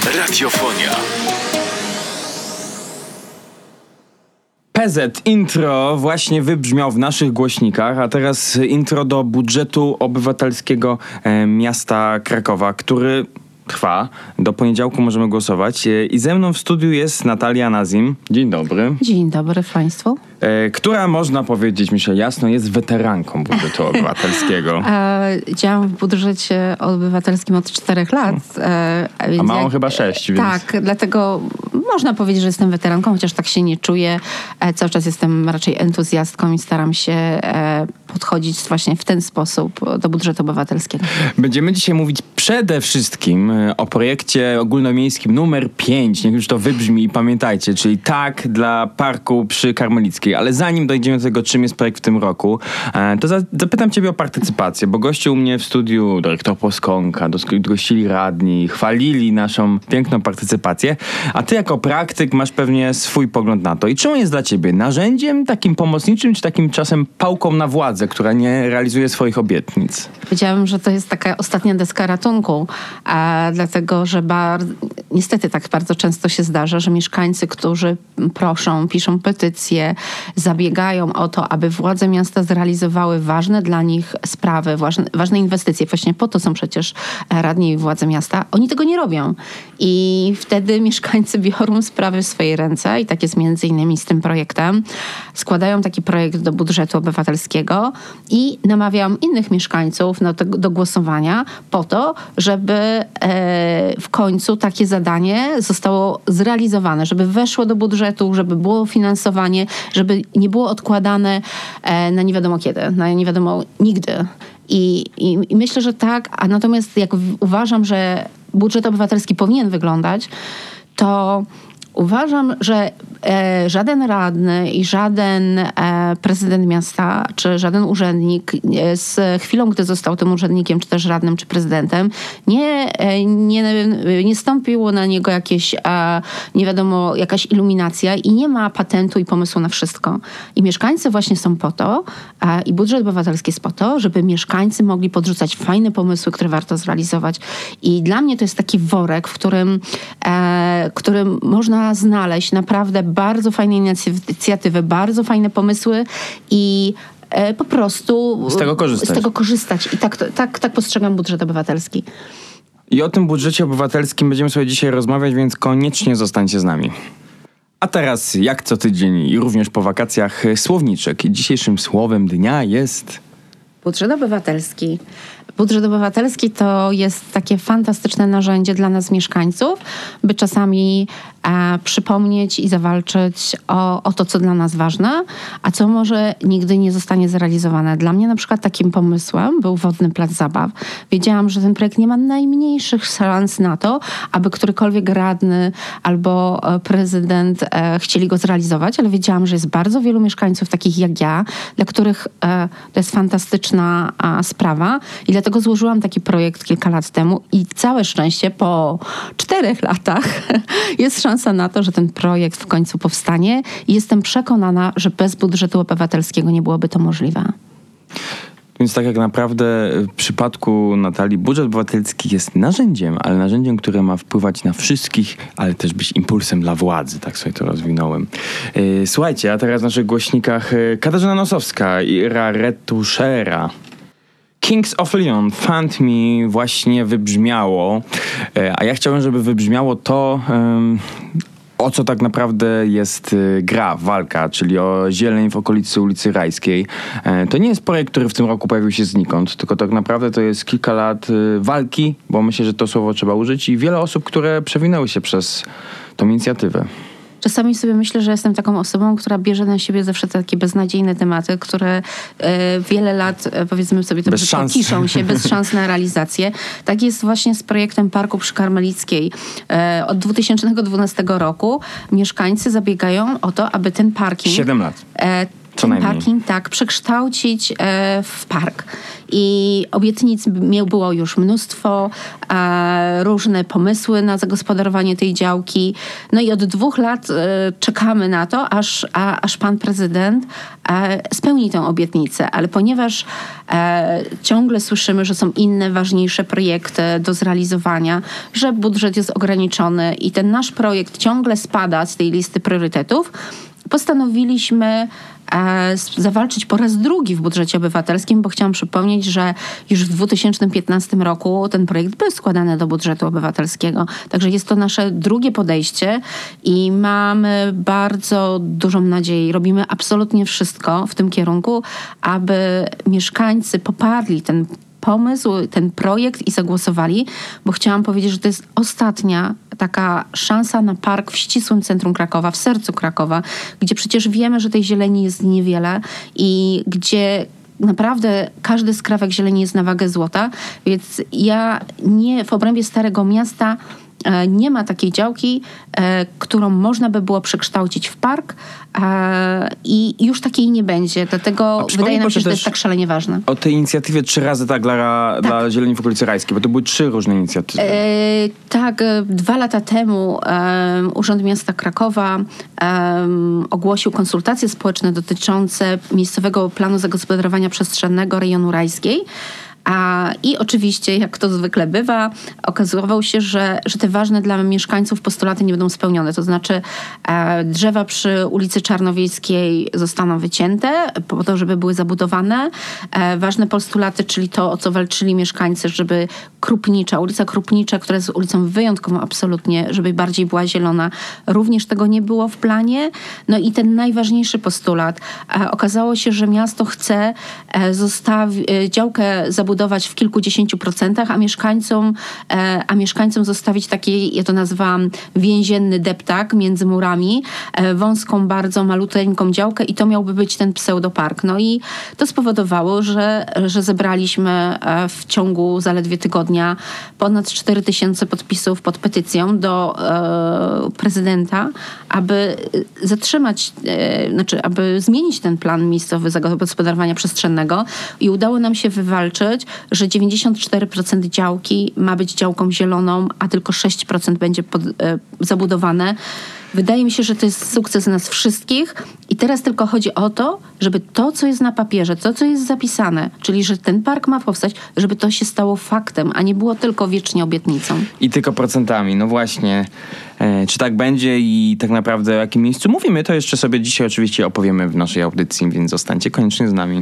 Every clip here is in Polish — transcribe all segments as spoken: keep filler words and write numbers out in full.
Radiofonia. P Z intro właśnie wybrzmiał w naszych głośnikach, a teraz intro do budżetu obywatelskiego e, miasta Krakowa, który trwa. Do poniedziałku możemy głosować. E, I ze mną w studiu jest Natalia Nazim. Dzień dobry. Dzień dobry Państwu. E, która, można powiedzieć, myślę jasno, jest weteranką budżetu obywatelskiego. E, działam w budżecie obywatelskim od czterech lat. E, a więc a mam jak, chyba sześć. Więc... Tak, dlatego można powiedzieć, że jestem weteranką, chociaż tak się nie czuję. E, cały czas jestem raczej entuzjastką i staram się e, podchodzić właśnie w ten sposób do budżetu obywatelskiego. Będziemy dzisiaj mówić przede wszystkim o projekcie ogólnomiejskim numer pięć. Niech już to wybrzmi i pamiętajcie, czyli tak dla parku przy Karmelickiej. Ale zanim dojdziemy do tego, czym jest projekt w tym roku, to zapytam ciebie o partycypację, bo gościł u mnie w studiu dyrektor Poskonka, gościli radni, chwalili naszą piękną partycypację, a ty jako praktyk masz pewnie swój pogląd na to. I czy on jest dla ciebie narzędziem takim pomocniczym, czy takim czasem pałką na władzę, która nie realizuje swoich obietnic? Powiedziałabym, że to jest taka ostatnia deska ratunku, a dlatego, że bar... niestety tak bardzo często się zdarza, że mieszkańcy, którzy proszą, piszą petycje, zabiegają o to, aby władze miasta zrealizowały ważne dla nich sprawy, ważne, ważne inwestycje. Właśnie po to są przecież radni i władze miasta. Oni tego nie robią. I wtedy mieszkańcy biorą sprawy w swoje ręce i tak jest między innymi z tym projektem. Składają taki projekt do budżetu obywatelskiego i namawiam innych mieszkańców no, do, do głosowania po to, żeby e, w końcu takie zadanie zostało zrealizowane, żeby weszło do budżetu, żeby było finansowanie, żeby nie było odkładane e, na nie wiadomo kiedy, na nie wiadomo nigdy. I, i, I myślę, że tak, a natomiast jak w, uważam, że budżet obywatelski powinien wyglądać, to uważam, że e, żaden radny i żaden e, prezydent miasta, czy żaden urzędnik e, z chwilą, gdy został tym urzędnikiem, czy też radnym, czy prezydentem, nie, e, nie, nie stąpiło na niego jakieś, e, nie wiadomo, jakaś iluminacja i nie ma patentu i pomysłu na wszystko. I mieszkańcy właśnie są po to, e, i budżet obywatelski jest po to, żeby mieszkańcy mogli podrzucać fajne pomysły, które warto zrealizować. I dla mnie to jest taki worek, w którym, e, którym można znaleźć naprawdę bardzo fajne inicjatywy, bardzo fajne pomysły i e, po prostu z tego korzystać. Z tego korzystać. I tak, tak, tak postrzegam budżet obywatelski. I o tym budżecie obywatelskim będziemy sobie dzisiaj rozmawiać, więc koniecznie zostańcie z nami. A teraz, jak co tydzień i również po wakacjach, słowniczek. I dzisiejszym słowem dnia jest... Budżet obywatelski. Budżet obywatelski to jest takie fantastyczne narzędzie dla nas mieszkańców, by czasami e, przypomnieć i zawalczyć o, o to, co dla nas ważne, a co może nigdy nie zostanie zrealizowane. Dla mnie na przykład takim pomysłem był Wodny Plac Zabaw. Wiedziałam, że ten projekt nie ma najmniejszych szans na to, aby którykolwiek radny albo prezydent e, chcieli go zrealizować, ale wiedziałam, że jest bardzo wielu mieszkańców takich jak ja, dla których e, to jest fantastyczna a, sprawa i dlatego złożyłam taki projekt kilka lat temu i całe szczęście po czterech latach jest szansa na to, że ten projekt w końcu powstanie i jestem przekonana, że bez budżetu obywatelskiego nie byłoby to możliwe. Więc tak jak naprawdę w przypadku Natalii budżet obywatelski jest narzędziem, ale narzędziem, które ma wpływać na wszystkich, ale też być impulsem dla władzy. Tak sobie to rozwinąłem. Słuchajcie, a teraz w naszych głośnikach Katarzyna Nosowska i Raretuszera. Kings of Leon, Fund Me właśnie wybrzmiało, a ja chciałem, żeby wybrzmiało to, um, o co tak naprawdę jest gra, walka, czyli o zieleń w okolicy ulicy Rajskiej. To nie jest projekt, który w tym roku pojawił się znikąd, tylko tak naprawdę to jest kilka lat walki, bo myślę, że to słowo trzeba użyć i wiele osób, które przewinęły się przez tą inicjatywę. Czasami sobie myślę, że jestem taką osobą, która bierze na siebie zawsze takie beznadziejne tematy, które e, wiele lat, e, powiedzmy sobie, to kiszą się, bez szans na realizację. Tak jest właśnie z projektem Parku przy Karmelickiej. E, od dwa tysiące dwunastego roku mieszkańcy zabiegają o to, aby ten parking... Siedem lat. E, Co ten najmniej. parking tak przekształcić e, w park. I obietnic miał było już mnóstwo, e, różne pomysły na zagospodarowanie tej działki. No i od dwóch lat e, czekamy na to, aż, a, aż pan prezydent e, spełni tę obietnicę. Ale ponieważ e, ciągle słyszymy, że są inne, ważniejsze projekty do zrealizowania, że budżet jest ograniczony i ten nasz projekt ciągle spada z tej listy priorytetów, postanowiliśmy e, zawalczyć po raz drugi w budżecie obywatelskim, bo chciałam przypomnieć, że już w dwa tysiące piętnastym roku ten projekt był składany do budżetu obywatelskiego. Także jest to nasze drugie podejście i mamy bardzo dużą nadzieję. Robimy absolutnie wszystko w tym kierunku, aby mieszkańcy poparli ten pomysł, ten projekt i zagłosowali, bo chciałam powiedzieć, że to jest ostatnia taka szansa na park w ścisłym centrum Krakowa, w sercu Krakowa, gdzie przecież wiemy, że tej zieleni jest niewiele i gdzie naprawdę każdy skrawek zieleni jest na wagę złota, więc ja nie w obrębie Starego Miasta nie ma takiej działki, e, którą można by było przekształcić w park e, i już takiej nie będzie. Dlatego wydaje nam się, że to jest tak szalenie ważne. O tej inicjatywie Trzy razy tak dla, tak. dla Zieleni w okolicy Rajskiej, bo to były trzy różne inicjatywy. E, tak, dwa lata temu e, Urząd Miasta Krakowa e, ogłosił konsultacje społeczne dotyczące miejscowego planu zagospodarowania przestrzennego rejonu Rajskiej. A, I oczywiście, jak to zwykle bywa, okazywało się, że, że te ważne dla mieszkańców postulaty nie będą spełnione. To znaczy e, drzewa przy ulicy Czarnowiejskiej zostaną wycięte po to, żeby były zabudowane. E, ważne postulaty, czyli to, o co walczyli mieszkańcy, żeby Krupnicza, ulica Krupnicza, która jest ulicą wyjątkową absolutnie, żeby bardziej była zielona, również tego nie było w planie. No i ten najważniejszy postulat. E, okazało się, że miasto chce e, zostawi- e, działkę zabudować w kilkudziesięciu procentach, a mieszkańcom, e, a mieszkańcom zostawić taki, ja to nazywam więzienny deptak między murami, e, wąską, bardzo maluteńką działkę i to miałby być ten pseudopark. No i to spowodowało, że, że zebraliśmy e, w ciągu zaledwie tygodnia ponad cztery tysiące podpisów pod petycją do e, prezydenta, aby zatrzymać, e, znaczy, aby zmienić ten plan miejscowy zagospodarowania przestrzennego i udało nam się wywalczyć, że dziewięćdziesiąt cztery procent działki ma być działką zieloną, a tylko sześć procent będzie pod, e, zabudowane. Wydaje mi się, że to jest sukces nas wszystkich i teraz tylko chodzi o to, żeby to, co jest na papierze, to, co jest zapisane, czyli że ten park ma powstać, żeby to się stało faktem, a nie było tylko wiecznie obietnicą. I tylko procentami, no właśnie. E, czy tak będzie i tak naprawdę o jakim miejscu mówimy, to jeszcze sobie dzisiaj oczywiście opowiemy w naszej audycji, więc zostańcie koniecznie z nami.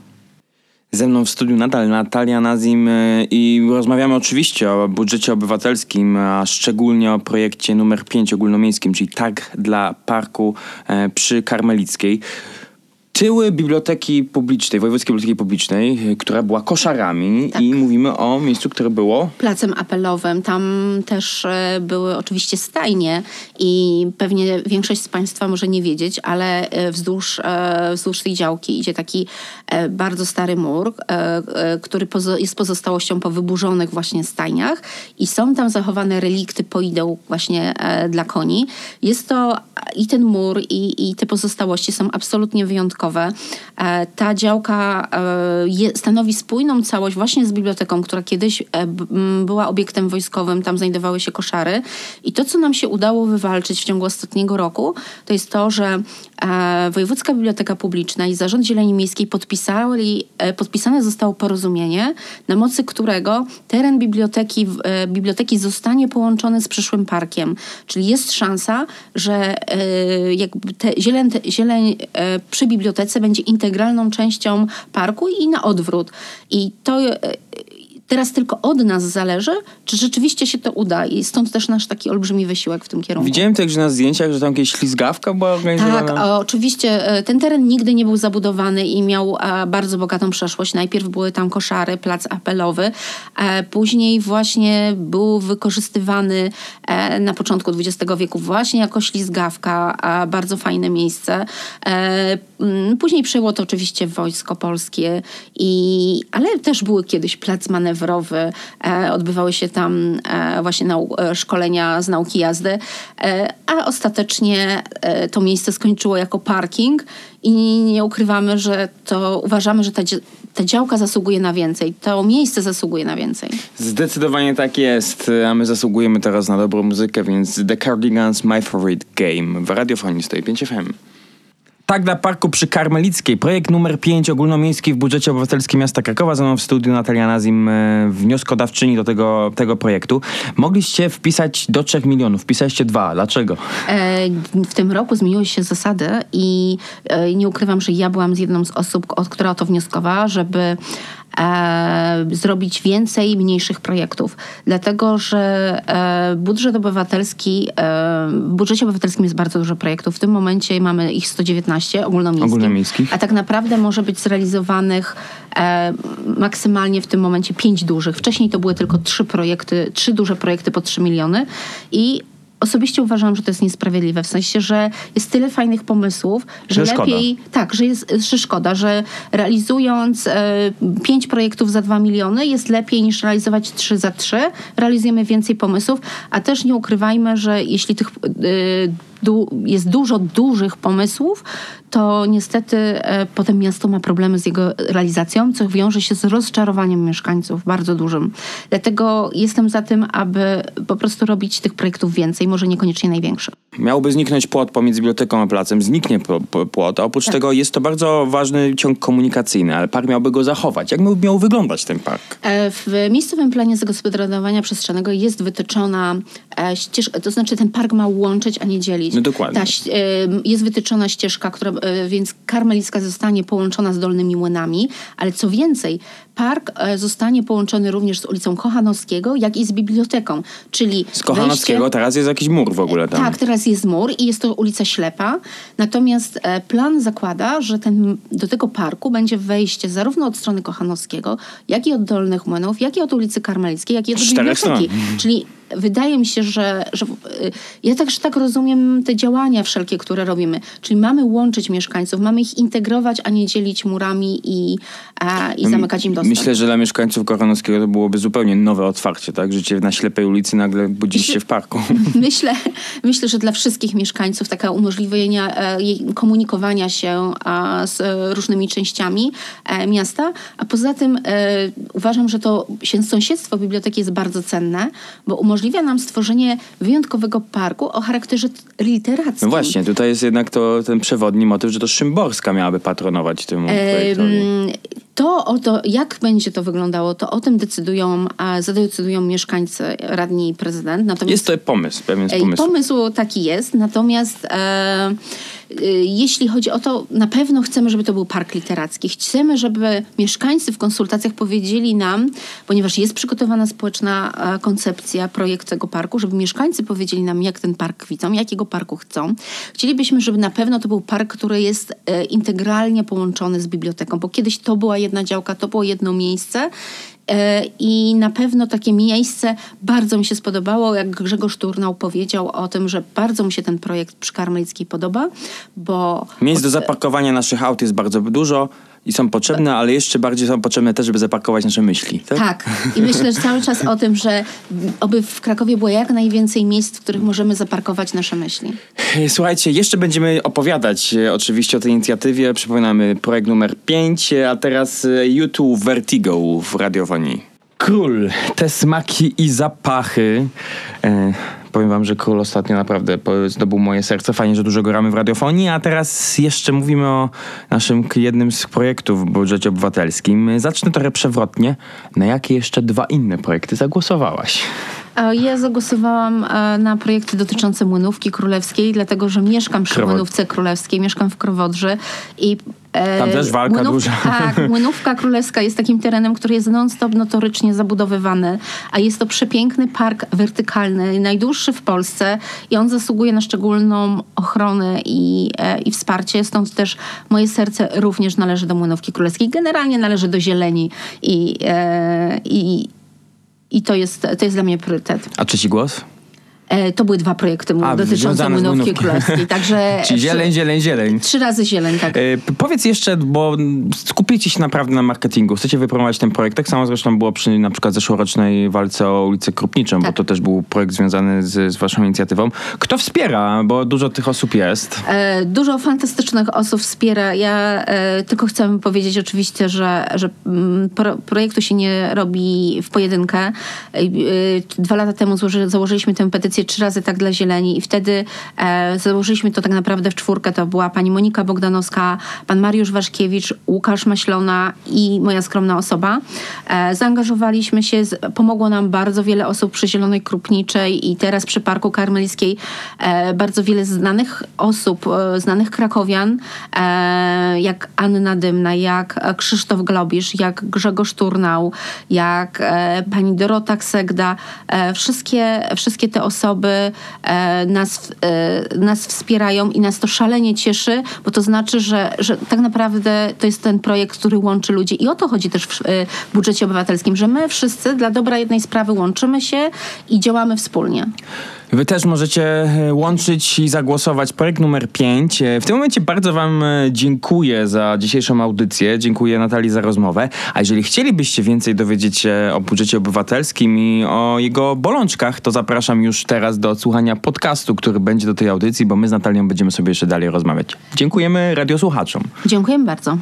Ze mną w studiu nadal Natalia Nazim i rozmawiamy oczywiście o budżecie obywatelskim, a szczególnie o projekcie numer pięć ogólnomiejskim, czyli Tak dla parku przy Karmelickiej. Tyły Biblioteki Publicznej, Wojewódzkiej Biblioteki Publicznej, która była koszarami tak. I mówimy o miejscu, które było... Placem apelowym. Tam też e, były oczywiście stajnie i pewnie większość z Państwa może nie wiedzieć, ale e, wzdłuż, e, wzdłuż tej działki idzie taki e, bardzo stary mur, e, e, który pozo- jest pozostałością po wyburzonych właśnie stajniach i są tam zachowane relikty poideł właśnie e, dla koni. Jest to i ten mur i, i te pozostałości są absolutnie wyjątkowe. Ta działka stanowi spójną całość właśnie z biblioteką, która kiedyś była obiektem wojskowym, tam znajdowały się koszary. I to, co nam się udało wywalczyć w ciągu ostatniego roku, to jest to, że Wojewódzka Biblioteka Publiczna i Zarząd Zieleni Miejskiej podpisali, podpisane zostało porozumienie, na mocy którego teren biblioteki, biblioteki zostanie połączony z przyszłym parkiem. Czyli jest szansa, że jakby te zieleń, zieleń przy bibliotece będzie integralną częścią parku i na odwrót. I to teraz tylko od nas zależy, czy rzeczywiście się to uda i stąd też nasz taki olbrzymi wysiłek w tym kierunku. Widziałem także na zdjęciach, że tam jakieś ślizgawka była organizowana. Tak, oczywiście ten teren nigdy nie był zabudowany i miał bardzo bogatą przeszłość. Najpierw były tam koszary, plac apelowy, później właśnie był wykorzystywany na początku dwudziestego wieku właśnie jako ślizgawka, bardzo fajne miejsce. Później przejęło to oczywiście Wojsko Polskie, i, ale też były kiedyś plac manewrowy, rowerowy, e, odbywały się tam e, właśnie nau- szkolenia z nauki jazdy, e, a ostatecznie e, to miejsce skończyło jako parking i nie ukrywamy, że to uważamy, że ta, ta działka zasługuje na więcej, to miejsce zasługuje na więcej. Zdecydowanie tak jest, a my zasługujemy teraz na dobrą muzykę, więc The Cardigans, My Favorite Game w radiofonii sto pięć F M. Tak dla parku przy Karmelickiej. Projekt numer pięć ogólnomiejski w budżecie obywatelskim miasta Krakowa. Ze mną w studiu Natalia Nazim, wnioskodawczyni do tego, tego projektu. Mogliście wpisać do trzech milionów. Wpisaliście dwa. Dlaczego? E, w tym roku zmieniły się zasady i e, nie ukrywam, że ja byłam z jedną z osób, od, która o to wnioskowała, żeby E, zrobić więcej mniejszych projektów. Dlatego, że e, budżet obywatelski, e, w budżecie obywatelskim jest bardzo dużo projektów. W tym momencie mamy ich sto dziewiętnaście ogólnomiejskich, a tak naprawdę może być zrealizowanych e, maksymalnie w tym momencie pięć dużych. Wcześniej to były tylko trzy projekty, trzy duże projekty po trzy miliony i osobiście uważam, że to jest niesprawiedliwe, w sensie, że jest tyle fajnych pomysłów, że, że lepiej, szkoda. tak, że jest, że szkoda, że realizując e, pięć projektów za dwa miliony jest lepiej niż realizować trzy za trzy. Realizujemy więcej pomysłów, a też nie ukrywajmy, że jeśli tych e, du, jest dużo dużych pomysłów, to niestety e, potem miasto ma problemy z jego realizacją, co wiąże się z rozczarowaniem mieszkańców bardzo dużym. Dlatego jestem za tym, aby po prostu robić tych projektów więcej, może niekoniecznie największe. Miałby zniknąć płot pomiędzy biblioteką a placem. Zniknie płot, a oprócz tak. tego jest to bardzo ważny ciąg komunikacyjny, ale park miałby go zachować. Jak miał wyglądać ten park? E, w miejscowym planie zagospodarowania przestrzennego jest wytyczona e, ścieżka, to znaczy ten park ma łączyć, a nie dzielić. No dokładnie. Ta, e, jest wytyczona ścieżka, która więc Karmelicka zostanie połączona z Dolnymi Młynami, ale co więcej, park zostanie połączony również z ulicą Kochanowskiego, jak i z biblioteką, czyli z Kochanowskiego wejście... teraz jest jakiś mur w ogóle tam. Tak, teraz jest mur i jest to ulica ślepa, natomiast plan zakłada, że ten, do tego parku będzie wejście zarówno od strony Kochanowskiego, jak i od Dolnych Młynów, jak i od ulicy Karmelickiej, jak i od biblioteki. Czyli wydaje mi się, że, że ja także tak rozumiem te działania wszelkie, które robimy. Czyli mamy łączyć mieszkańców, mamy ich integrować, a nie dzielić murami i, a, i zamykać im dostęp. Myślę, że dla mieszkańców Kochanowskiego to byłoby zupełnie nowe otwarcie, tak? Życie na ślepej ulicy, nagle budziliście się w parku. Myślę, myślę, że dla wszystkich mieszkańców taka umożliwienia e, komunikowania się a, z e, różnymi częściami e, miasta, a poza tym e, uważam, że to sąsiedztwo biblioteki jest bardzo cenne, bo umożliwia umożliwia nam stworzenie wyjątkowego parku o charakterze literackim. No właśnie, tutaj jest jednak to ten przewodni motyw, że to Szymborska miałaby patronować temu projektowi. To o to, jak będzie to wyglądało, to o tym decydują, a zadecydują mieszkańcy, radni i prezydent. Natomiast, jest to pomysł, pewien z pomysłu. Pomysł taki jest, natomiast e, jeśli chodzi o to, na pewno chcemy, żeby to był park literacki. Chcemy, żeby mieszkańcy w konsultacjach powiedzieli nam, ponieważ jest przygotowana społeczna koncepcja, projekt tego parku, żeby mieszkańcy powiedzieli nam, jak ten park widzą, jakiego parku chcą. Chcielibyśmy, żeby na pewno to był park, który jest e, integralnie połączony z biblioteką, bo kiedyś to była jedna działka, to było jedno miejsce. I na pewno takie miejsce bardzo mi się spodobało, jak Grzegorz Turnał powiedział o tym, że bardzo mu się ten projekt przy Karmelickiej podoba, bo... Miejsc do zaparkowania naszych aut jest bardzo dużo i są potrzebne, ale jeszcze bardziej są potrzebne też, żeby zaparkować nasze myśli. Tak, tak. I myślę że cały czas o tym, że oby w Krakowie było jak najwięcej miejsc, w których możemy zaparkować nasze myśli. Słuchajcie, jeszcze będziemy opowiadać oczywiście o tej inicjatywie. Przypominamy projekt numer pięć, a teraz YouTube Vertigo w radiofonii. Król, te smaki i zapachy. E, powiem wam, że Król ostatnio naprawdę zdobył moje serce. Fajnie, że dużo gramy w radiofonii, a teraz jeszcze mówimy o naszym jednym z projektów w budżecie obywatelskim. Zacznę trochę przewrotnie. Na jakie jeszcze dwa inne projekty zagłosowałaś? Ja zagłosowałam na projekty dotyczące Młynówki Królewskiej, dlatego że mieszkam przy Krowod... Młynówce Królewskiej, mieszkam w Krowodrzy i e, tam też walka Młynów... duża. Tak, Młynówka Królewska jest takim terenem, który jest non-stop notorycznie zabudowywany, a jest to przepiękny park wertykalny, najdłuższy w Polsce i on zasługuje na szczególną ochronę i, e, i wsparcie, stąd też moje serce również należy do Młynówki Królewskiej. Generalnie należy do zieleni i, e, i I to jest, to jest dla mnie priorytet. A trzeci głos? To były dwa projekty A, dotyczące Młynówki Królewskiej. Także Czyli zieleń, zieleń, zieleń. Trzy razy zieleń, tak. E, powiedz jeszcze, bo skupicie się naprawdę na marketingu. Chcecie wypromować ten projekt. Tak samo zresztą było przy na przykład zeszłorocznej walce o ulicę Krupniczą, tak. bo to też był projekt związany z, z waszą inicjatywą. Kto wspiera? Bo dużo tych osób jest. E, dużo fantastycznych osób wspiera. Ja e, tylko chcę powiedzieć oczywiście, że, że pro, projektu się nie robi w pojedynkę. E, e, dwa lata temu złoży, założyliśmy tę petycję trzy razy tak dla zieleni i wtedy e, założyliśmy to tak naprawdę w czwórkę. To była pani Monika Bogdanowska, pan Mariusz Waszkiewicz, Łukasz Maślona i moja skromna osoba. E, zaangażowaliśmy się, z, pomogło nam bardzo wiele osób przy Zielonej Krupniczej i teraz przy Parku Karmelskiej. E, bardzo wiele znanych osób, e, znanych krakowian, e, jak Anna Dymna, jak Krzysztof Globisz, jak Grzegorz Turnał, jak e, pani Dorota Ksegda. E, wszystkie, wszystkie te osoby e, nas, e, nas wspierają i nas to szalenie cieszy, bo to znaczy, że, że tak naprawdę to jest ten projekt, który łączy ludzi i o to chodzi też w, w budżecie obywatelskim, że my wszyscy dla dobra jednej sprawy łączymy się i działamy wspólnie. Wy też możecie łączyć i zagłosować. Projekt numer pięć. W tym momencie bardzo wam dziękuję za dzisiejszą audycję. Dziękuję Natalii za rozmowę. A jeżeli chcielibyście więcej dowiedzieć się o budżecie obywatelskim i o jego bolączkach, to zapraszam już teraz do odsłuchania podcastu, który będzie do tej audycji, bo my z Natalią będziemy sobie jeszcze dalej rozmawiać. Dziękujemy radiosłuchaczom. Dziękujemy bardzo.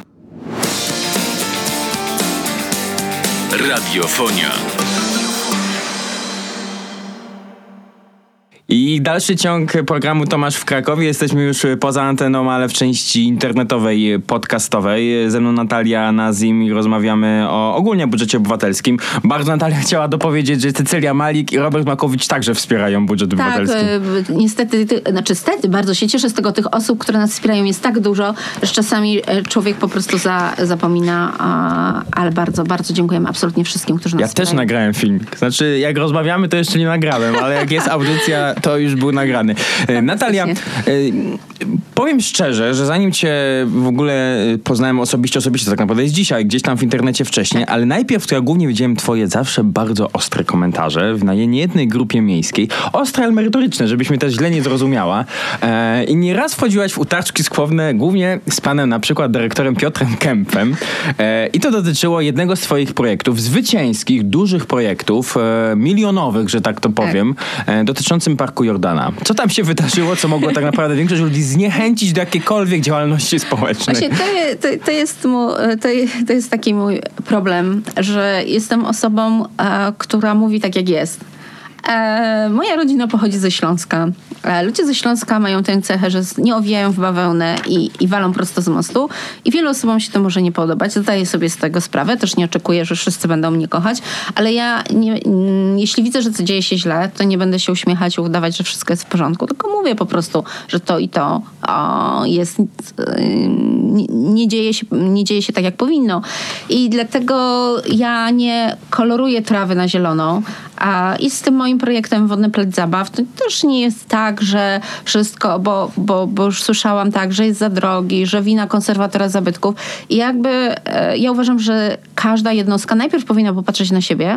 Radiofonia. I dalszy ciąg programu Tomasz w Krakowie. Jesteśmy już poza anteną, ale w części internetowej, podcastowej. Ze mną Natalia Nazim i rozmawiamy o ogólnie budżecie obywatelskim. Bardzo Natalia chciała dopowiedzieć, że Cecylia Malik i Robert Makowicz także wspierają budżet tak, obywatelski. Tak, niestety, ty, znaczy stety, bardzo się cieszę z tego, tych osób, które nas wspierają jest tak dużo, że czasami człowiek po prostu za, zapomina, a, ale bardzo, bardzo dziękujemy absolutnie wszystkim, którzy nas ja wspierają. Ja też nagrałem filmik. Znaczy, jak rozmawiamy, to jeszcze nie nagrałem, ale jak jest audycja, to już był nagrany. Tak, Natalia, e, powiem szczerze, że zanim cię w ogóle poznałem osobiście, osobiście to tak naprawdę jest dzisiaj, gdzieś tam w internecie wcześniej, ale najpierw to ja głównie widziałem twoje zawsze bardzo ostre komentarze w niejednej grupie miejskiej. Ostre, ale merytoryczne, żebyś mnie też źle nie zrozumiała. E, I nieraz wchodziłaś w utarczki słowne, głównie z panem na przykład dyrektorem Piotrem Kempem. E, I to dotyczyło jednego z twoich projektów, zwycięskich, dużych projektów, e, milionowych, że tak to powiem, e, dotyczącym Parku Jordana. Co tam się wydarzyło, co mogło tak naprawdę większość ludzi zniechęcić do jakiejkolwiek działalności społecznej? Właśnie to, je, to, to, jest mu, to, to jest taki mój problem, że jestem osobą, a, która mówi tak, jak jest. E, moja rodzina pochodzi ze Śląska. E, ludzie ze Śląska mają tę cechę, że nie owijają w bawełnę i, i walą prosto z mostu. I wielu osobom się to może nie podobać. Zdaję sobie z tego sprawę. Też nie oczekuję, że wszyscy będą mnie kochać. Ale ja, nie, m, jeśli widzę, że co dzieje się źle, to nie będę się uśmiechać i udawać, że wszystko jest w porządku. Tylko mówię po prostu, że to i to o, jest... Yy, nie, nie, dzieje się, nie dzieje się tak, jak powinno. I dlatego ja nie koloruję trawy na zielono. A i z tym moim projektem Wodny Plac Zabaw to też nie jest tak, że wszystko, bo, bo, bo już słyszałam tak, że jest za drogi, że wina konserwatora zabytków. I jakby e, ja uważam, że każda jednostka najpierw powinna popatrzeć na siebie,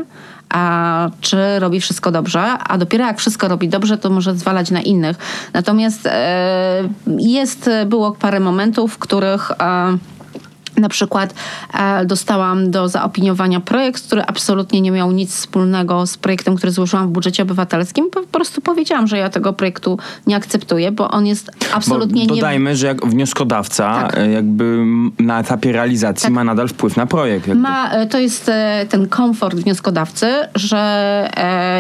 a czy robi wszystko dobrze, a dopiero jak wszystko robi dobrze, to może zwalać na innych. Natomiast e, jest, było parę momentów, w których... E, Na przykład e, dostałam do zaopiniowania projekt, który absolutnie nie miał nic wspólnego z projektem, który złożyłam w budżecie obywatelskim. Po, po prostu powiedziałam, że ja tego projektu nie akceptuję, bo on jest absolutnie... Bo dodajmy, nie... że jak wnioskodawca tak. jakby na etapie realizacji tak. ma nadal wpływ na projekt. Jakby. Ma, to jest ten komfort wnioskodawcy, że e,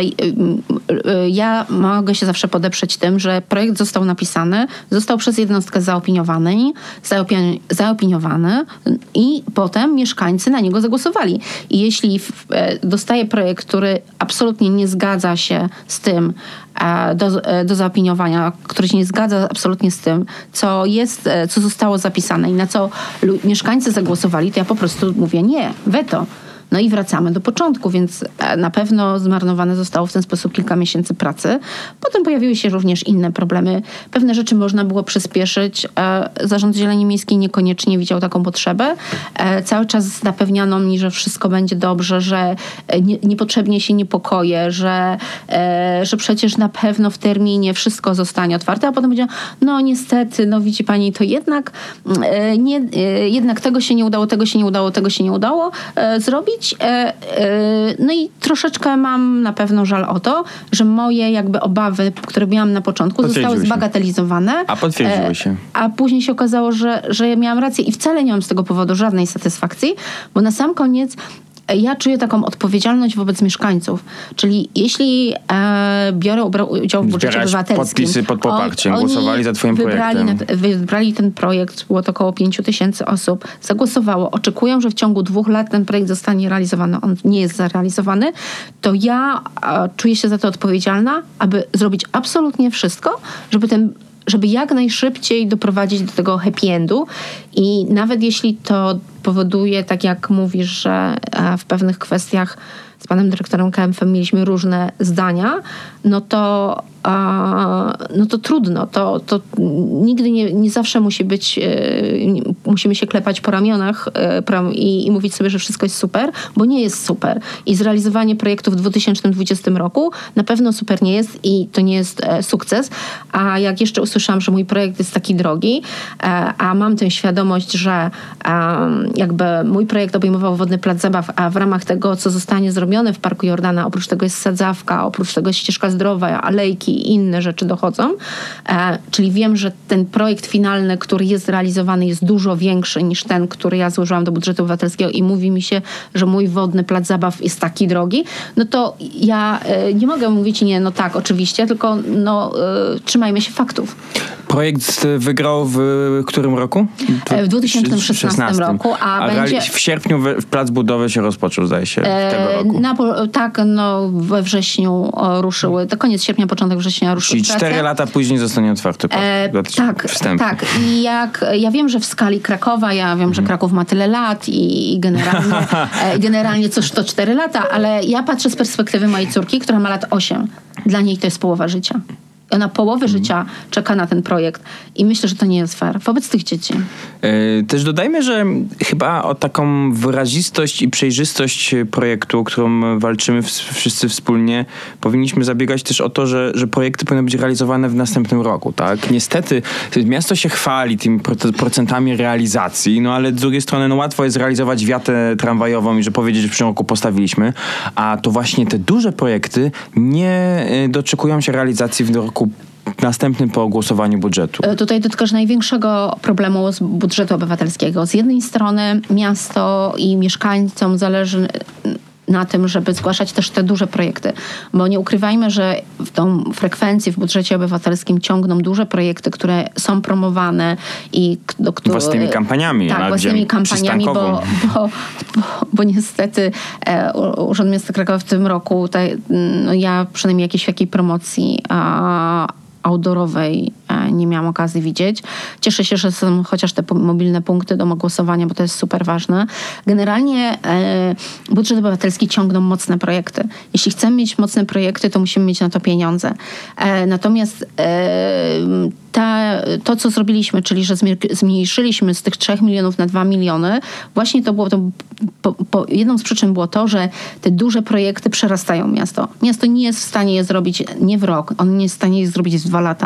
e, ja mogę się zawsze podeprzeć tym, że projekt został napisany, został przez jednostkę zaopiniowany, zaopini- zaopiniowany, i potem mieszkańcy na niego zagłosowali. I jeśli w, e, dostaję projekt, który absolutnie nie zgadza się z tym, e, do, e, do zaopiniowania, który się nie zgadza absolutnie z tym, co jest, e, co zostało zapisane i na co lu- mieszkańcy zagłosowali, to ja po prostu mówię nie, weto. No i wracamy do początku, więc na pewno zmarnowane zostało w ten sposób kilka miesięcy pracy. Potem pojawiły się również inne problemy. Pewne rzeczy można było przyspieszyć. Zarząd Zieleni Miejskiej niekoniecznie widział taką potrzebę. Cały czas zapewniano mi, że wszystko będzie dobrze, że nie, niepotrzebnie się niepokoję, że, że przecież na pewno w terminie wszystko zostanie otwarte, a potem powiedział, no niestety, no widzi pani, to jednak, nie, jednak tego się nie udało, tego się nie udało, tego się nie udało zrobić. No i troszeczkę mam na pewno żal o to, że moje jakby obawy, które miałam na początku, zostały zbagatelizowane. A potwierdziły się. A później się okazało, że, że ja miałam rację i wcale nie mam z tego powodu żadnej satysfakcji, bo na sam koniec ja czuję taką odpowiedzialność wobec mieszkańców. Czyli jeśli e, biorę udział w budżecie Zbierać obywatelskim... podpisy pod poparciem, on, głosowali za twoim wybrali projektem. Na, wybrali ten projekt, było to około pięciu tysięcy osób, zagłosowało, oczekują, że w ciągu dwóch lat ten projekt zostanie realizowany. On nie jest zarealizowany. To ja e, czuję się za to odpowiedzialna, aby zrobić absolutnie wszystko, żeby ten żeby jak najszybciej doprowadzić do tego happy endu i nawet jeśli to powoduje, tak jak mówisz, że w pewnych kwestiach z panem dyrektorem K M F mieliśmy różne zdania, no to, no to trudno. To, to nigdy nie, nie zawsze musi być, musimy się klepać po ramionach i, i mówić sobie, że wszystko jest super, bo nie jest super. I zrealizowanie projektu w dwa tysiące dwudziestym roku na pewno super nie jest i to nie jest sukces. A jak jeszcze usłyszałam, że mój projekt jest taki drogi, a mam tę świadomość, że jakby mój projekt obejmował wodny plac zabaw, a w ramach tego, co zostanie zrobione w Parku Jordana, oprócz tego jest sadzawka, oprócz tego jest ścieżka zdrowa, alejki i inne rzeczy dochodzą. E, czyli wiem, że ten projekt finalny, który jest realizowany, jest dużo większy niż ten, który ja złożyłam do budżetu obywatelskiego i mówi mi się, że mój wodny plac zabaw jest taki drogi, no to ja e, nie mogę mówić nie, no tak, oczywiście, tylko no, e, trzymajmy się faktów. Projekt wygrał w którym roku? W dwa tysiące szesnastym roku, a, a będzie... w sierpniu w plac budowy się rozpoczął, zdaje się, tego roku. Na, tak, no we wrześniu o, ruszyły, to koniec sierpnia, początek września ruszyły Czyli cztery lata później zostanie otwarty e, tak, wstępny. tak. I jak, ja wiem, że w skali Krakowa, ja wiem, mhm. że Kraków ma tyle lat i, i generalnie, e, generalnie cóż to cztery lata, ale ja patrzę z perspektywy mojej córki, która ma lat osiem. Dla niej to jest połowa życia. Ona połowę mhm. życia czeka na ten projekt i myślę, że to nie jest fair wobec tych dzieci. Yy, też dodajmy, że chyba o taką wyrazistość i przejrzystość projektu, którą walczymy w, wszyscy wspólnie, powinniśmy zabiegać też o to, że, że projekty powinny być realizowane w następnym roku, tak? Niestety miasto się chwali tymi procentami realizacji, no ale z drugiej strony no łatwo jest realizować wiatę tramwajową i że powiedzieć, że w przyszłym roku postawiliśmy, a to właśnie te duże projekty nie doczekują się realizacji w roku następnym po ogłosowaniu budżetu. Tutaj dotykasz największego problemu z budżetu obywatelskiego. Z jednej strony miasto i mieszkańcom zależy na tym, żeby zgłaszać też te duże projekty. Bo nie ukrywajmy, że w tą frekwencję w budżecie obywatelskim ciągną duże projekty, które są promowane i do których... Własnymi kampaniami. Tak, własnymi kampaniami, bo, bo, bo, bo niestety e, Urząd Miasta Krakowa w tym roku, te, no ja przynajmniej jakiejś jakiej promocji a, outdoorowej nie miałam okazji widzieć. Cieszę się, że są chociaż te mobilne punkty do głosowania, bo to jest super ważne. Generalnie e, budżet obywatelski ciągną mocne projekty. Jeśli chcemy mieć mocne projekty, to musimy mieć na to pieniądze. E, natomiast e, ta, to, co zrobiliśmy, czyli że zmniejszyliśmy z tych trzech milionów na dwa miliony, właśnie to było to, po, po, jedną z przyczyn było to, że te duże projekty przerastają miasto. Miasto nie jest w stanie je zrobić nie w rok, on nie jest w stanie je zrobić w dwa lata.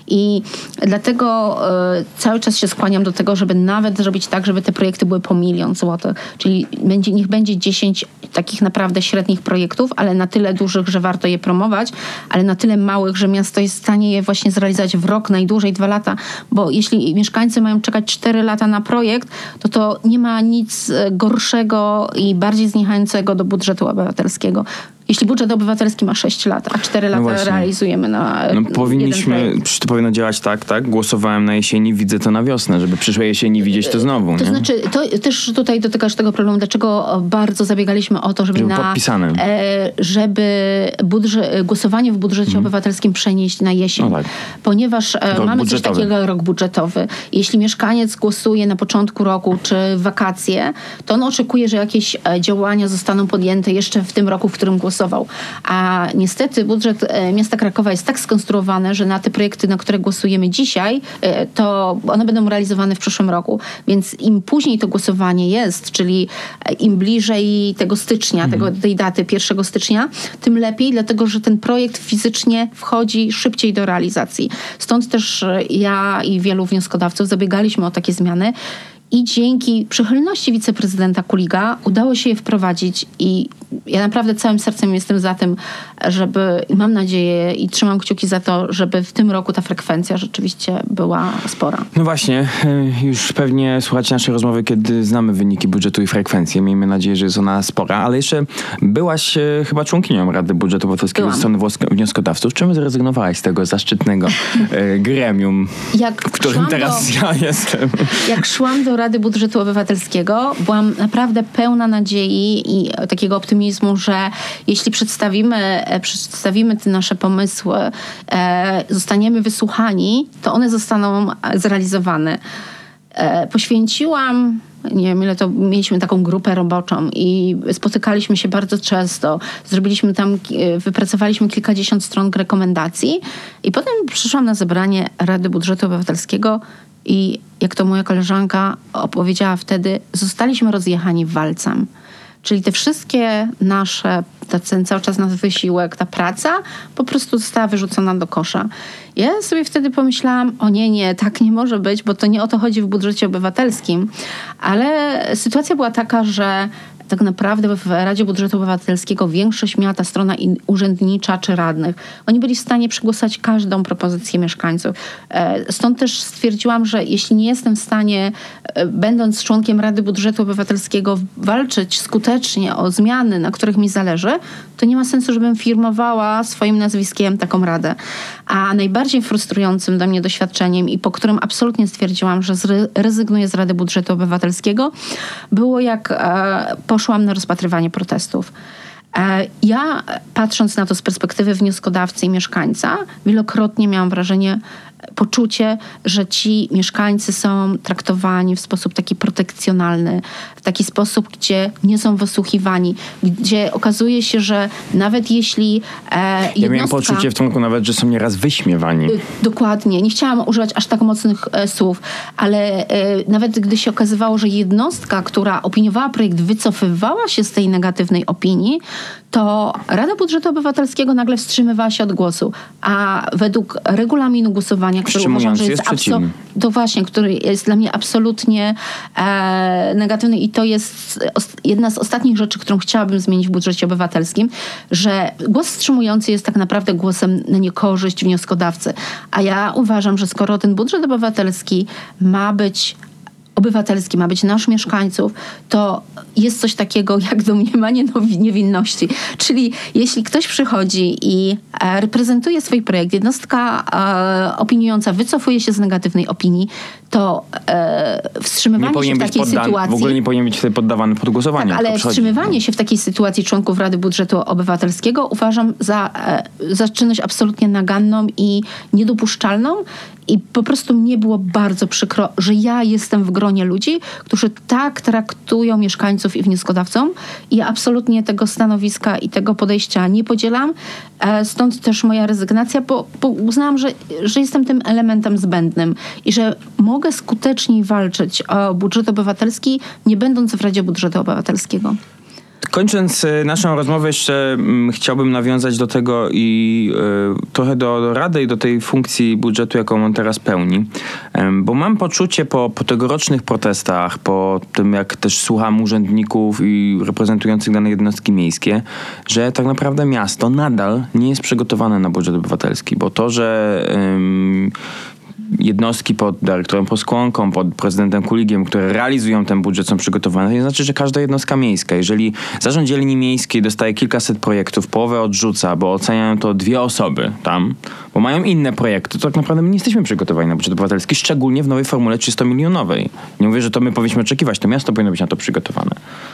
I dlatego y, cały czas się skłaniam do tego, żeby nawet zrobić tak, żeby te projekty były po milion złotych. Czyli będzie, niech będzie dziesięć takich naprawdę średnich projektów, ale na tyle dużych, że warto je promować, ale na tyle małych, że miasto jest w stanie je właśnie zrealizować w rok, najdłużej dwa lata. Bo jeśli mieszkańcy mają czekać cztery lata na projekt, to to nie ma nic gorszego i bardziej zniechęcającego do budżetu obywatelskiego. Jeśli budżet obywatelski ma sześć lat, a cztery lata właśnie. realizujemy na No jeden powinniśmy, projekt. to powinno działać tak, tak? Głosowałem na jesieni, widzę to na wiosnę, żeby przyszłej jesieni widzieć to znowu, To nie? znaczy, to też tutaj dotykasz tego problemu, dlaczego bardzo zabiegaliśmy o to, żeby, Żeby na, podpisane. e, żeby budże, głosowanie w budżecie Mhm. obywatelskim przenieść na jesień. No tak. Ponieważ e, Rok mamy budżetowy. coś takiego jak rok budżetowy. Jeśli mieszkaniec głosuje na początku roku czy w wakacje, to on oczekuje, że jakieś e, działania zostaną podjęte jeszcze w tym roku, w którym głosował. A niestety budżet e, miasta Krakowa jest tak skonstruowany, że na te projekty, na które głosujemy dzisiaj, e, to one będą realizowane w przyszłym roku. Więc im później to głosowanie jest, czyli e, im bliżej tego stycznia, Mhm. tego, tej daty pierwszego stycznia, tym lepiej, dlatego że ten projekt fizycznie wchodzi szybciej do realizacji. Stąd też e, ja i wielu wnioskodawców zabiegaliśmy o takie zmiany. I dzięki przychylności wiceprezydenta Kuliga udało się je wprowadzić i ja naprawdę całym sercem jestem za tym, żeby, mam nadzieję i trzymam kciuki za to, żeby w tym roku ta frekwencja rzeczywiście była spora. No właśnie, y, już pewnie słuchacie naszej rozmowy, kiedy znamy wyniki budżetu i frekwencję. Miejmy nadzieję, że jest ona spora, ale jeszcze byłaś y, chyba członkinią Rady Budżetu Obywatelskiego ze strony włosk- wnioskodawców. Czemu zrezygnowałaś z tego zaszczytnego y, gremium, Jak w którym szłam teraz do- ja jestem? Jak szłam do Rady Budżetu Obywatelskiego, byłam naprawdę pełna nadziei i takiego optymizmu, że jeśli przedstawimy, e, przedstawimy te nasze pomysły, e, zostaniemy wysłuchani, to one zostaną e, zrealizowane. E, poświęciłam, nie wiem ile to, mieliśmy taką grupę roboczą i spotykaliśmy się bardzo często. Zrobiliśmy tam, e, wypracowaliśmy kilkadziesiąt stron rekomendacji i potem przyszłam na zebranie Rady Budżetu Obywatelskiego i jak to moja koleżanka opowiedziała wtedy, zostaliśmy rozjechani walcem. Czyli te wszystkie nasze, ten cały czas nasz wysiłek, ta praca po prostu została wyrzucona do kosza. Ja sobie wtedy pomyślałam, o nie, nie, tak nie może być, bo to nie o to chodzi w budżecie obywatelskim. Ale sytuacja była taka, że tak naprawdę w Radzie Budżetu Obywatelskiego większość miała ta strona in- urzędnicza czy radnych. Oni byli w stanie przegłosować każdą propozycję mieszkańców. E, Stąd też stwierdziłam, że jeśli nie jestem w stanie, e, będąc członkiem Rady Budżetu Obywatelskiego, walczyć skutecznie o zmiany, na których mi zależy, to nie ma sensu, żebym firmowała swoim nazwiskiem taką radę. A najbardziej frustrującym dla mnie doświadczeniem i po którym absolutnie stwierdziłam, że zre- rezygnuję z Rady Budżetu Obywatelskiego, było jak e, poszłam na rozpatrywanie protestów. E, Ja, patrząc na to z perspektywy wnioskodawcy i mieszkańca, wielokrotnie miałam wrażenie, poczucie, że ci mieszkańcy są traktowani w sposób taki protekcjonalny, w taki sposób, gdzie nie są wysłuchiwani, gdzie okazuje się, że nawet jeśli e, jednostka... Ja miałem poczucie w tym roku nawet, że są nieraz wyśmiewani. Dokładnie. Nie chciałam używać aż tak mocnych e, słów, ale e, nawet gdy się okazywało, że jednostka, która opiniowała projekt, wycofywała się z tej negatywnej opinii, to Rada Budżetu Obywatelskiego nagle wstrzymywała się od głosu. A według regulaminu głosowania, który uważam, że Wstrzymujący jest, jest abso- przeciwny. to właśnie, który jest dla mnie absolutnie e, negatywny i to jest os- jedna z ostatnich rzeczy, którą chciałabym zmienić w budżecie obywatelskim, że głos wstrzymujący jest tak naprawdę głosem na niekorzyść wnioskodawcy. A ja uważam, że skoro ten budżet obywatelski ma być obywatelski, ma być nasz mieszkańców, to jest coś takiego jak domniemanie nowi- niewinności. Czyli jeśli ktoś przychodzi i e, reprezentuje swój projekt, jednostka e, opiniująca wycofuje się z negatywnej opinii, to e, Nie wstrzymywanie się powinien w być takiej poddany, sytuacji... w ogóle nie powinien być wtedy poddawany pod głosowanie. Tak, ale tylko przychodzi. wstrzymywanie się w takiej sytuacji członków Rady Budżetu Obywatelskiego uważam za, e, za czynność absolutnie naganną i niedopuszczalną. I po prostu mnie było bardzo przykro, że ja jestem w gronie ludzi, którzy tak traktują mieszkańców i wnioskodawców. I ja absolutnie tego stanowiska i tego podejścia nie podzielam. E, Stąd też moja rezygnacja, bo, bo uznałam, że, że jestem tym elementem zbędnym i że mogę skuteczniej walczyć o budżet obywatelski, nie będąc w Radzie Budżetu Obywatelskiego. Kończąc y, naszą rozmowę jeszcze mm, chciałbym nawiązać do tego i y, trochę do, do Rady i do tej funkcji budżetu, jaką on teraz pełni. Ym, bo mam poczucie po, po tegorocznych protestach, po tym jak też słucham urzędników i reprezentujących dane jednostki miejskie, że tak naprawdę miasto nadal nie jest przygotowane na budżet obywatelski, bo to, że ym, jednostki pod dyrektorem Poskłonką, pod prezydentem Kuligiem, które realizują ten budżet, są przygotowane, to nie znaczy, że każda jednostka miejska, jeżeli zarząd dzielni miejskiej dostaje kilkaset projektów, połowę odrzuca, bo oceniają to dwie osoby tam, bo mają inne projekty, to tak naprawdę my nie jesteśmy przygotowani na budżet obywatelski, szczególnie w nowej formule trzysta-milionowej. Nie mówię, że to my powinniśmy oczekiwać, to miasto powinno być na to przygotowane.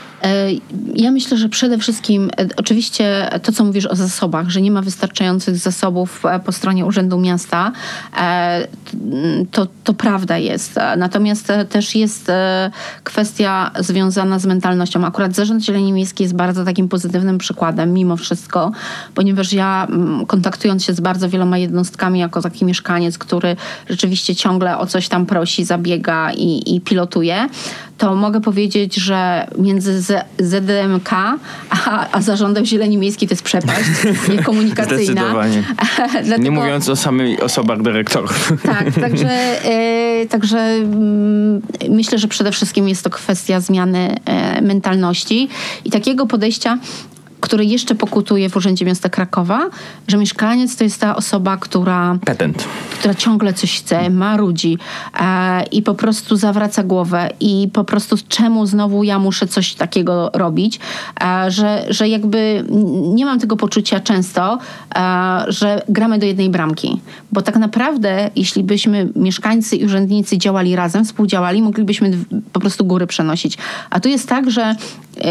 Ja myślę, że przede wszystkim oczywiście to, co mówisz o zasobach, że nie ma wystarczających zasobów po stronie Urzędu Miasta, to, to prawda jest. Natomiast też jest kwestia związana z mentalnością. Akurat Zarząd Zieleni Miejskiej jest bardzo takim pozytywnym przykładem mimo wszystko, ponieważ ja kontaktując się z bardzo wieloma jednostkami jako taki mieszkaniec, który rzeczywiście ciągle o coś tam prosi, zabiega i, i pilotuje, to mogę powiedzieć, że między Z D M K a, a Zarządem Zieleni Miejskiej to jest przepaść niekomunikacyjna. Zdecydowanie. Dlatego, nie mówiąc o samych osobach dyrektorów. Tak, także, e, także m, myślę, że przede wszystkim jest to kwestia zmiany e, mentalności i takiego podejścia, który jeszcze pokutuje w Urzędzie Miasta Krakowa, że mieszkaniec to jest ta osoba, która, Petent. która ciągle coś chce, marudzi e, i po prostu zawraca głowę i po prostu czemu znowu ja muszę coś takiego robić, e, że, że jakby nie mam tego poczucia często, e, że gramy do jednej bramki. Bo tak naprawdę, jeśli byśmy mieszkańcy i urzędnicy działali razem, współdziałali, moglibyśmy po prostu góry przenosić. A tu jest tak, że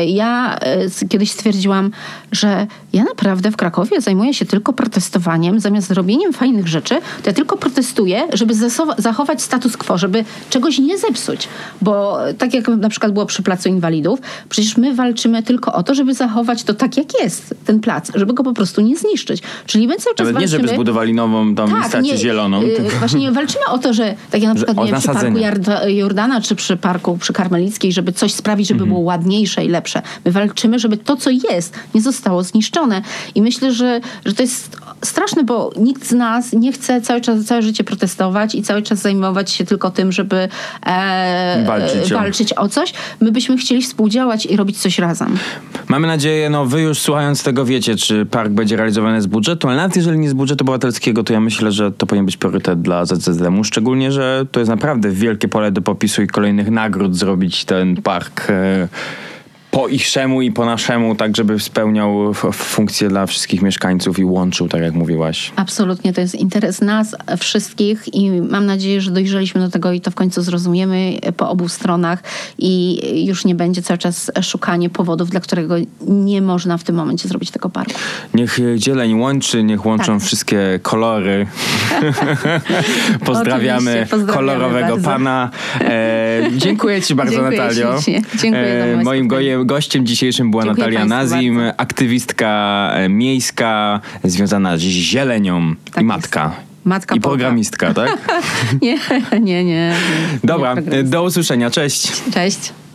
ja kiedyś stwierdziłam, że ja naprawdę w Krakowie zajmuję się tylko protestowaniem, zamiast robieniem fajnych rzeczy, to ja tylko protestuję, żeby zachować status quo, żeby czegoś nie zepsuć. Bo tak jak na przykład było przy Placu Inwalidów, przecież my walczymy tylko o to, żeby zachować to tak, jak jest, ten plac, żeby go po prostu nie zniszczyć. Czyli my cały czas Nawet walczymy... nie, żeby zbudowali nową tam tak, stację nie, zieloną. Yy, właśnie walczymy o to, że tak jak na przykład nie, przy Parku Jordana, czy przy Parku przy Karmelickiej, żeby coś sprawić, żeby mhm. było ładniejsze i lepsze. My walczymy, żeby to, co jest, nie zostało zniszczone. I myślę, że, że to jest straszne, bo nikt z nas nie chce cały czas, całe życie protestować i cały czas zajmować się tylko tym, żeby e, walczyć, walczyć o coś. My byśmy chcieli współdziałać i robić coś razem. Mamy nadzieję, no wy już słuchając tego wiecie, czy park będzie realizowany z budżetu, ale nawet jeżeli nie z budżetu obywatelskiego, to ja myślę, że to powinien być priorytet dla Z Z D-u, szczególnie, że to jest naprawdę wielkie pole do popisu i kolejnych nagród zrobić ten park e, po ichszemu i po naszemu, tak żeby spełniał f- funkcję dla wszystkich mieszkańców i łączył, tak jak mówiłaś. Absolutnie, to jest interes nas wszystkich i mam nadzieję, że dojrzeliśmy do tego i to w końcu zrozumiemy po obu stronach i już nie będzie cały czas szukanie powodów, dla którego nie można w tym momencie zrobić tego parku. Niech zieleń łączy, niech łączą tak. wszystkie kolory. pozdrawiamy, pozdrawiamy kolorowego bardzo. pana. E, dziękuję ci bardzo, dziękuję Natalio. Ci. Dziękuję e, za moim gojem Gościem dzisiejszym była Dziękuję Natalia Nazim, bardzo. aktywistka miejska związana z zielenią tak i matka. Jest. Matka I programistka, tak? nie, nie, nie. nie Dobra, nie do usłyszenia. Cześć. Cześć.